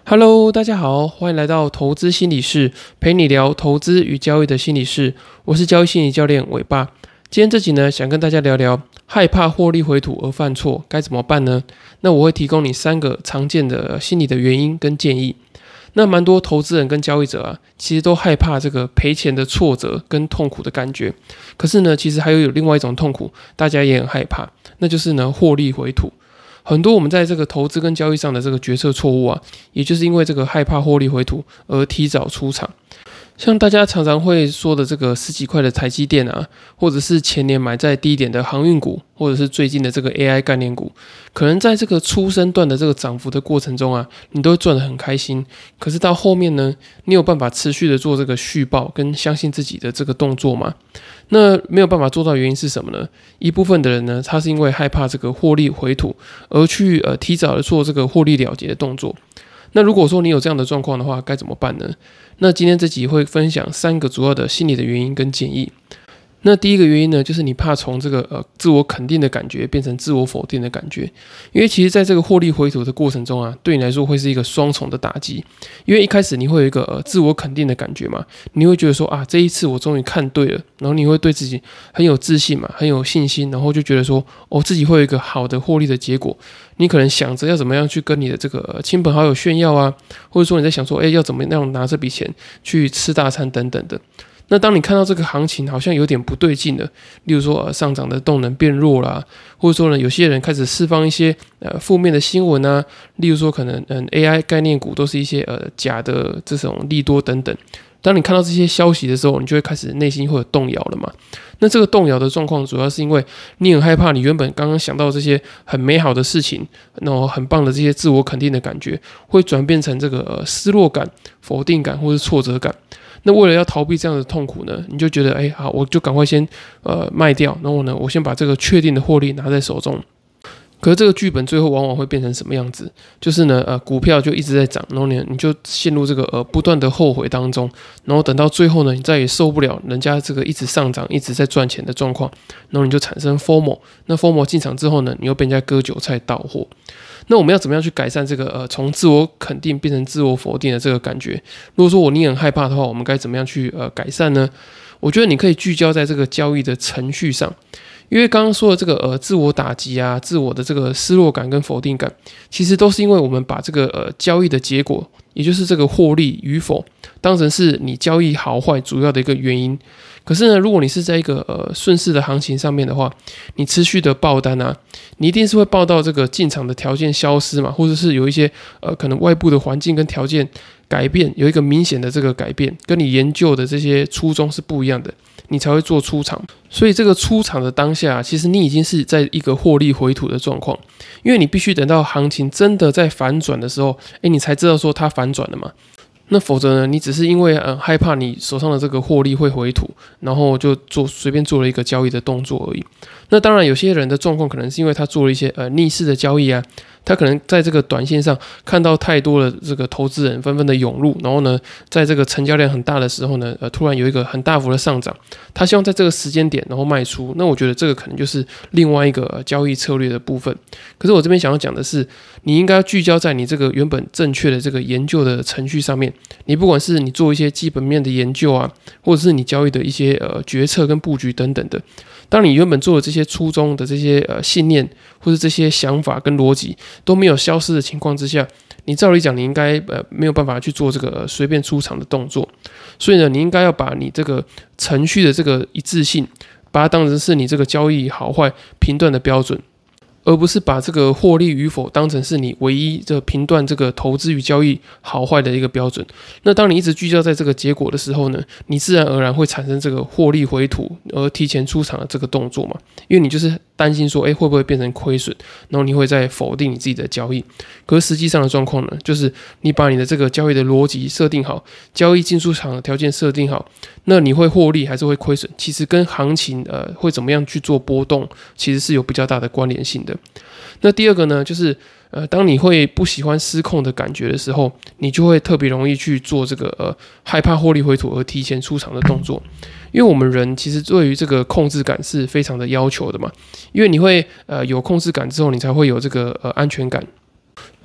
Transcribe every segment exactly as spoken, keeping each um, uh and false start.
Hello，大家好，欢迎来到投资心理室，陪你聊投资与交易的心理室。我是交易心理教练伟爸。今天这集呢，想跟大家聊聊害怕获利回吐而犯错该怎么办呢？那我会提供你三个常见的心理的原因跟建议。那蛮多投资人跟交易者啊，其实都害怕这个赔钱的挫折跟痛苦的感觉。可是呢，其实还有有另外一种痛苦，大家也很害怕，那就是呢获利回吐。很多我们在这个投资跟交易上的这个决策错误啊，也就是因为这个害怕获利回吐而提早出场。像大家常常会说的这个十几块的台积电啊，或者是前年买在低点的航运股，或者是最近的这个 A I 概念股，可能在这个初升段的这个涨幅的过程中啊，你都会赚得很开心。可是到后面呢，你有办法持续的做这个续报跟相信自己的这个动作吗？那没有办法做到的原因是什么呢？一部分的人呢，他是因为害怕这个获利回吐，而去呃提早的做这个获利了结的动作。那如果说你有这样的状况的话，该怎么办呢？那今天这集会分享三个主要的心理的原因跟建议。那第一个原因呢，就是你怕从这个呃自我肯定的感觉变成自我否定的感觉，因为其实在这个获利回吐的过程中啊，对你来说会是一个双重的打击。因为一开始你会有一个呃自我肯定的感觉嘛，你会觉得说啊，这一次我终于看对了，然后你会对自己很有自信嘛，很有信心，然后就觉得说哦，自己会有一个好的获利的结果。你可能想着要怎么样去跟你的这个亲朋好友炫耀啊，或者说你在想说，哎，要怎么样拿这笔钱去吃大餐等等的。那当你看到这个行情好像有点不对劲了，例如说、呃、上涨的动能变弱啦，或者说呢有些人开始释放一些呃负面的新闻啊，例如说可能嗯 A I 概念股都是一些呃假的这种利多等等。当你看到这些消息的时候，你就会开始内心会有动摇了嘛。那这个动摇的状况，主要是因为你很害怕，你原本刚刚想到这些很美好的事情，然后很棒的这些自我肯定的感觉，会转变成这个、呃、失落感、否定感或是挫折感。那为了要逃避这样的痛苦呢，你就觉得，哎，好，我就赶快先呃卖掉，然后呢，我先把这个确定的获利拿在手中。可是这个剧本最后往往会变成什么样子？就是呢，呃，股票就一直在涨，然后呢，你就陷入这个呃不断的后悔当中，然后等到最后呢，你再也受不了人家这个一直上涨、一直在赚钱的状况，然后你就产生 F O M O。那 F O M O 进场之后呢，你又被人家割韭菜到货。那我们要怎么样去改善这个呃从自我肯定变成自我否定的这个感觉？如果说我你很害怕的话，我们该怎么样去呃改善呢？我觉得你可以聚焦在这个交易的程序上。因为刚刚说的这个呃自我打击啊，自我的这个失落感跟否定感，其实都是因为我们把这个呃交易的结果，也就是这个获利与否，当成是你交易好坏主要的一个原因。可是呢，如果你是在一个呃顺势的行情上面的话，你持续的爆单啊，你一定是会爆到这个进场的条件消失嘛，或者是有一些呃可能外部的环境跟条件改变，有一个明显的这个改变，跟你研究的这些初衷是不一样的，你才会做出场。所以这个出场的当下，其实你已经是在一个获利回吐的状况，因为你必须等到行情真的在反转的时候，哎，你才知道说它反转了嘛。那否则呢，你只是因为呃害怕你手上的这个获利会回吐，然后就做随便做了一个交易的动作而已。那当然有些人的状况可能是因为他做了一些呃逆势的交易啊，他可能在这个短线上看到太多的这个投资人纷纷的涌入，然后呢，在这个成交量很大的时候呢，呃，突然有一个很大幅的上涨，他希望在这个时间点然后卖出。那我觉得这个可能就是另外一个、呃、交易策略的部分。可是我这边想要讲的是，你应该要聚焦在你这个原本正确的这个研究的程序上面。你不管是你做一些基本面的研究啊，或者是你交易的一些呃决策跟布局等等的。当你原本做的这些初衷的这些呃信念，或是这些想法跟逻辑都没有消失的情况之下，你照理讲你应该呃没有办法去做这个随便出场的动作。所以呢，你应该要把你这个程序的这个一致性，把它当成是你这个交易好坏评断的标准。而不是把这个获利与否当成是你唯一的评断这个投资与交易好坏的一个标准。那当你一直聚焦在这个结果的时候呢，你自然而然会产生这个获利回吐而提前出场的这个动作嘛，因为你就是担心说，哎，会不会变成亏损，然后你会再否定你自己的交易。可是实际上的状况呢，就是你把你的这个交易的逻辑设定好，交易进出场的条件设定好，那你会获利还是会亏损，其实跟行情呃会怎么样去做波动，其实是有比较大的关联性的。那第二个呢，就是呃，当你会不喜欢失控的感觉的时候，你就会特别容易去做这个呃害怕获利回吐而提前出场的动作。因为我们人其实对于这个控制感是非常的要求的嘛，因为你会呃有控制感之后，你才会有这个呃安全感。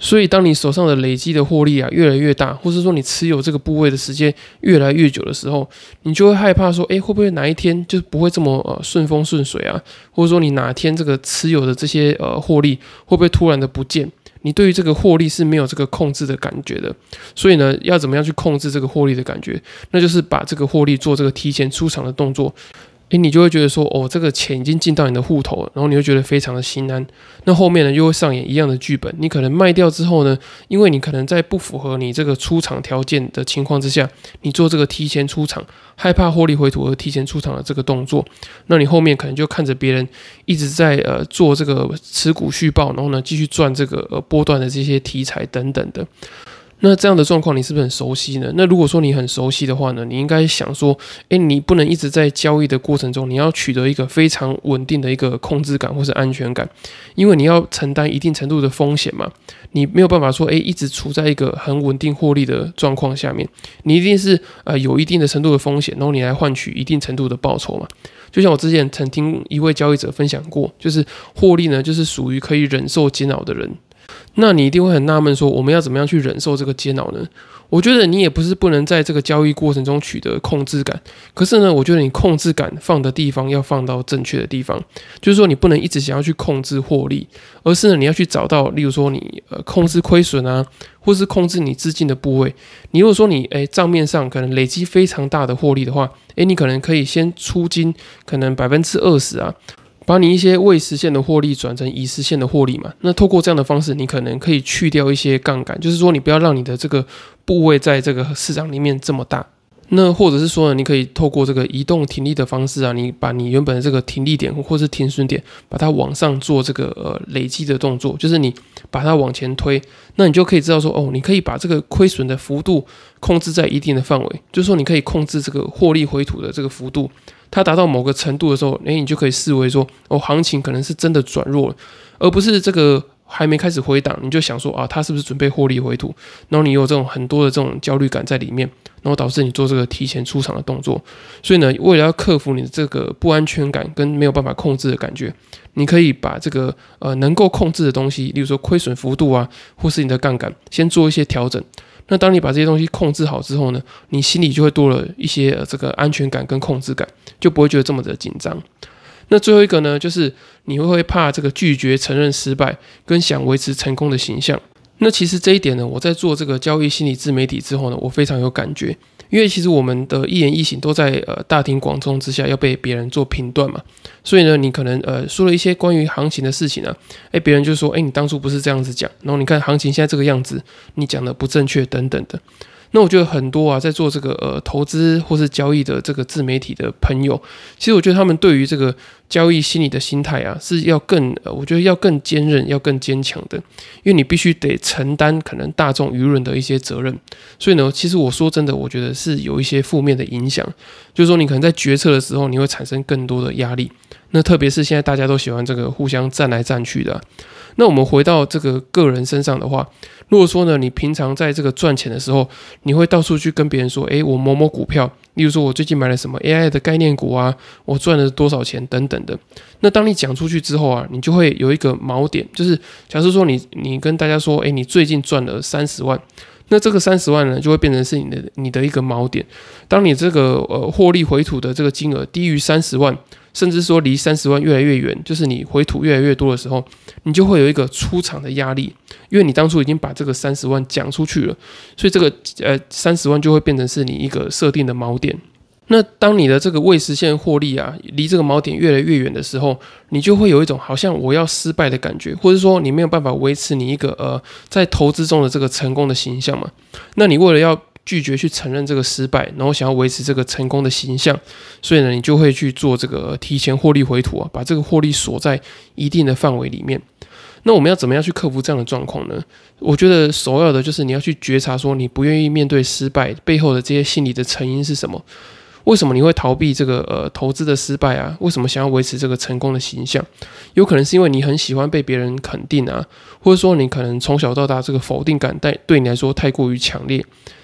所以当你手上的累积的获利啊越来越大，或是说你持有这个部位的时间越来越久的时候，你就会害怕说，诶，会不会哪一天就不会这么呃顺风顺水啊？或者说你哪天这个持有的这些呃获利会不会突然的不见？你对于这个获利是没有这个控制的感觉的，所以呢，要怎么样去控制这个获利的感觉？那就是把这个获利做这个提前出场的动作。诶，你就会觉得说，哦，这个钱已经进到你的户头了，然后你会觉得非常的心安。那后面呢，又会上演一样的剧本。你可能卖掉之后呢，因为你可能在不符合你这个出场条件的情况之下，你做这个提前出场，害怕获利回吐而提前出场的这个动作，那你后面可能就看着别人一直在呃做这个持股续报，然后呢继续赚这个呃波段的这些题材等等的。那这样的状况你是不是很熟悉呢？那如果说你很熟悉的话呢，你应该想说，诶，你不能一直在交易的过程中，你要取得一个非常稳定的一个控制感或是安全感，因为你要承担一定程度的风险嘛，你没有办法说，诶，一直处在一个很稳定获利的状况下面，你一定是呃有一定的程度的风险，然后你来换取一定程度的报酬嘛。就像我之前曾听一位交易者分享过，就是获利呢，就是属于可以忍受煎熬的人。那你一定会很纳闷说，我们要怎么样去忍受这个煎熬呢？我觉得你也不是不能在这个交易过程中取得控制感，可是呢，我觉得你控制感放的地方要放到正确的地方，就是说你不能一直想要去控制获利，而是呢你要去找到，例如说你呃控制亏损啊，或是控制你资金的部位。你如果说你诶账面上可能累积非常大的获利的话，诶你可能可以先出金可能百分之二十啊。把你一些未实现的获利转成已实现的获利嘛，那透过这样的方式，你可能可以去掉一些杠杆，就是说你不要让你的这个部位在这个市场里面这么大。那或者是说呢，你可以透过这个移动停利的方式啊，你把你原本的这个停利点或是停损点，把它往上做这个呃累积的动作，就是你把它往前推，那你就可以知道说，哦，你可以把这个亏损的幅度控制在一定的范围，就是说你可以控制这个获利回吐的这个幅度。它达到某个程度的时候，诶，你就可以视为说，哦，行情可能是真的转弱了，而不是这个还没开始回档，你就想说啊，它是不是准备获利回吐？然后你有这种很多的这种焦虑感在里面，然后导致你做这个提前出场的动作。所以呢，为了要克服你的这个不安全感跟没有办法控制的感觉，你可以把这个呃能够控制的东西，例如说亏损幅度啊，或是你的杠杆，先做一些调整。那当你把这些东西控制好之后呢，你心里就会多了一些、呃、这个安全感跟控制感，就不会觉得这么的紧张。那最后一个呢，就是你会怕这个拒绝承认失败，跟想维持成功的形象。那其实这一点呢，我在做这个交易心理自媒体之后呢，我非常有感觉。因为其实我们的一言一行都在呃大庭广众之下要被别人做评断嘛，所以呢，你可能呃说了一些关于行情的事情啊，哎，别人就说，哎，你当初不是这样子讲，然后你看行情现在这个样子，你讲的不正确等等的。那我觉得很多啊，在做这个呃投资或是交易的这个自媒体的朋友，其实我觉得他们对于这个交易心理的心态啊，是要更呃，我觉得要更坚韧，要更坚强的，因为你必须得承担可能大众舆论的一些责任。所以呢，其实我说真的，我觉得是有一些负面的影响，就是说你可能在决策的时候，你会产生更多的压力。那特别是现在大家都喜欢这个互相站来站去的啊。那我们回到这个个人身上的话，如果说呢，你平常在这个赚钱的时候，你会到处去跟别人说，诶，我某某股票，例如说我最近买了什么 A I 的概念股啊，我赚了多少钱等等的。那当你讲出去之后啊，你就会有一个锚点，就是假设说你你跟大家说，诶，你最近赚了三十万。那这个三十万呢，就会变成是你的你的一个锚点。当你这个呃获利回吐的这个金额低于三十万，甚至说离三十万越来越远，就是你回吐越来越多的时候，你就会有一个出场的压力，因为你当初已经把这个三十万讲出去了，所以这个呃三十万就会变成是你一个设定的锚点。那当你的这个未实现获利啊，离这个锚点越来越远的时候，你就会有一种好像我要失败的感觉，或者说你没有办法维持你一个呃在投资中的这个成功的形象嘛。那你为了要拒绝去承认这个失败，然后想要维持这个成功的形象，所以呢，你就会去做这个提前获利回吐啊，把这个获利锁在一定的范围里面。那我们要怎么样去克服这样的状况呢？我觉得首要的就是你要去觉察说你不愿意面对失败背后的这些心理的成因是什么。为什么你会逃避这个呃投资的失败啊？为什么想要维持这个成功的形象？有可能是因为你很喜欢被别人肯定啊，或者说你可能从小到大这个否定感对你来说太过于强烈，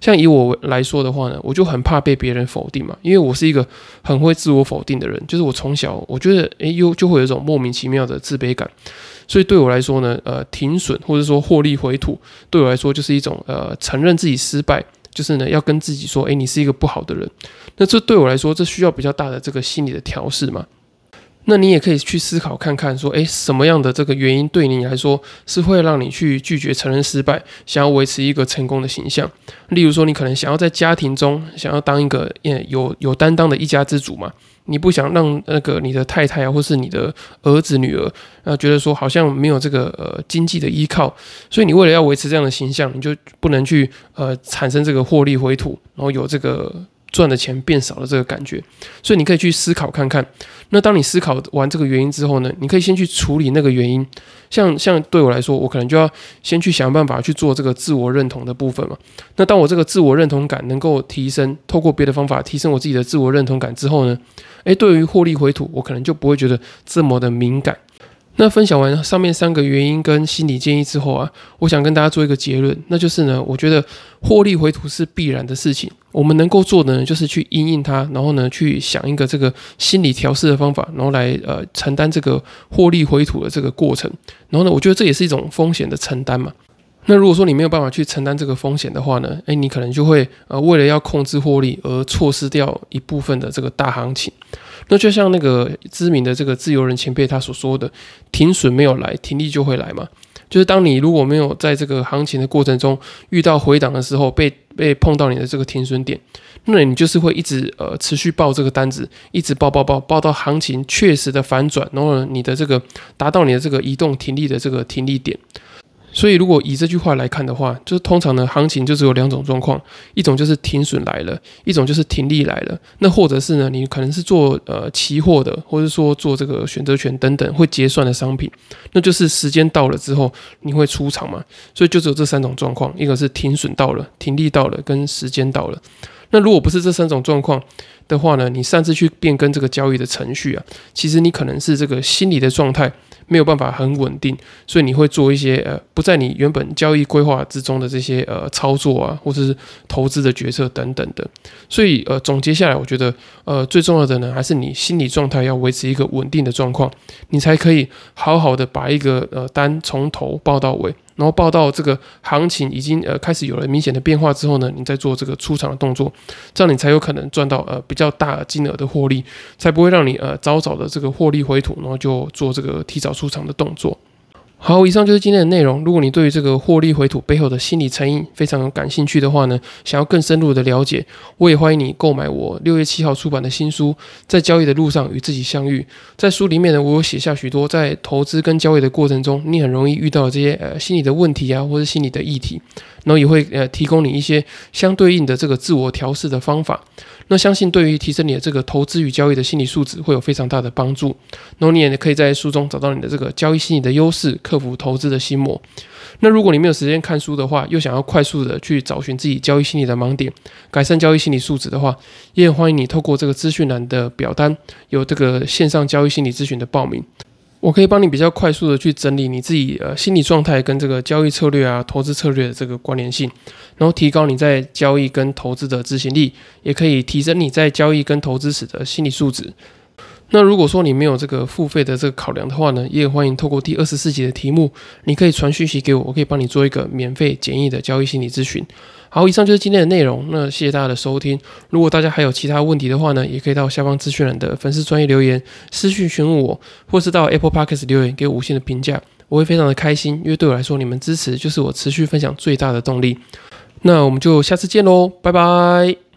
像以我来说的话呢，我就很怕被别人否定嘛，因为我是一个很会自我否定的人，就是我从小我觉得诶又就会有一种莫名其妙的自卑感，所以对我来说呢，呃，停损或者说获利回吐，对我来说就是一种呃承认自己失败，就是呢要跟自己说，诶，你是一个不好的人。那这对我来说，这需要比较大的这个心理的调试嘛。那你也可以去思考看看说，诶，什么样的这个原因对你来说是会让你去拒绝承认失败，想要维持一个成功的形象？例如说，你可能想要在家庭中想要当一个有有担当的一家之主嘛，你不想让那个你的太太啊，或是你的儿子女儿，呃，觉得说好像没有这个呃经济的依靠，所以你为了要维持这样的形象，你就不能去呃产生这个获利回吐，然后有这个赚的钱变少的这个感觉，所以你可以去思考看看。那当你思考完这个原因之后呢，你可以先去处理那个原因。像像对我来说，我可能就要先去想办法去做这个自我认同的部分嘛。那当我这个自我认同感能够提升，透过别的方法提升我自己的自我认同感之后呢，诶，对于获利回吐，我可能就不会觉得这么的敏感。那分享完上面三个原因跟心理建议之后啊，我想跟大家做一个结论，那就是呢，我觉得获利回吐是必然的事情，我们能够做的呢，就是去因应它，然后呢，去想一个这个心理调试的方法，然后来呃承担这个获利回吐的这个过程。然后呢，我觉得这也是一种风险的承担嘛。那如果说你没有办法去承担这个风险的话呢，诶，你可能就会呃为了要控制获利而错失掉一部分的这个大行情。那就像那个知名的这个自由人前辈他所说的，停损没有来，停利就会来嘛。就是当你如果没有在这个行情的过程中遇到回档的时候，被被碰到你的这个停损点，那你就是会一直呃持续抱这个单子，一直抱抱抱抱到行情确实的反转，然后呢，你的这个达到你的这个移动停利的这个停利点。所以如果以这句话来看的话，就是通常呢行情就只有两种状况，一种就是停损来了，一种就是停利来了。那或者是呢你可能是做呃期货的，或者说做这个选择权等等会结算的商品，那就是时间到了之后你会出场嘛。所以就只有这三种状况，一个是停损到了，停利到了，跟时间到了。那如果不是这三种状况的话呢，你擅自去变更这个交易的程序啊，其实你可能是这个心理的状态没有办法很稳定，所以你会做一些呃不在你原本交易规划之中的这些呃操作啊，或者是投资的决策等等的。所以呃总结下来，我觉得呃最重要的呢，还是你心理状态要维持一个稳定的状况，你才可以好好的把一个呃单从头抱到尾。然后报到这个行情已经呃开始有了明显的变化之后呢，你再做这个出场的动作，这样你才有可能赚到呃比较大金额的获利，才不会让你呃早早的这个获利回吐，然后就做这个提早出场的动作。好，以上就是今天的内容。如果你对于这个获利回吐背后的心理成因非常感兴趣的话呢，想要更深入的了解，我也欢迎你购买我六月七号出版的新书《在交易的路上与自己相遇》。在书里面呢，我有写下许多在投资跟交易的过程中，你很容易遇到的这些呃心理的问题啊，或是心理的议题，然后也会呃提供你一些相对应的这个自我调试的方法。那相信对于提升你的这个投资与交易的心理素质会有非常大的帮助。然后你也可以在书中找到你的这个交易心理的优势，克服投资的心魔。那如果你没有时间看书的话，又想要快速的去找寻自己交易心理的盲点，改善交易心理素质的话，也很欢迎你透过这个资讯栏的表单，有这个线上交易心理咨询的报名。我可以帮你比较快速的去整理你自己呃心理状态跟这个交易策略啊、投资策略的这个关联性，然后提高你在交易跟投资的执行力，也可以提升你在交易跟投资时的心理素质。那如果说你没有这个付费的这个考量的话呢，也欢迎透过第二十四集的题目，你可以传讯息给我，我可以帮你做一个免费简易的交易心理咨询。好，以上就是今天的内容，那谢谢大家的收听。如果大家还有其他问题的话呢，也可以到下方资讯栏的粉丝专页留言私讯询问我，或是到 Apple Podcast 留言给我五星的评价，我会非常的开心，因为对我来说你们支持就是我持续分享最大的动力。那我们就下次见咯，拜拜。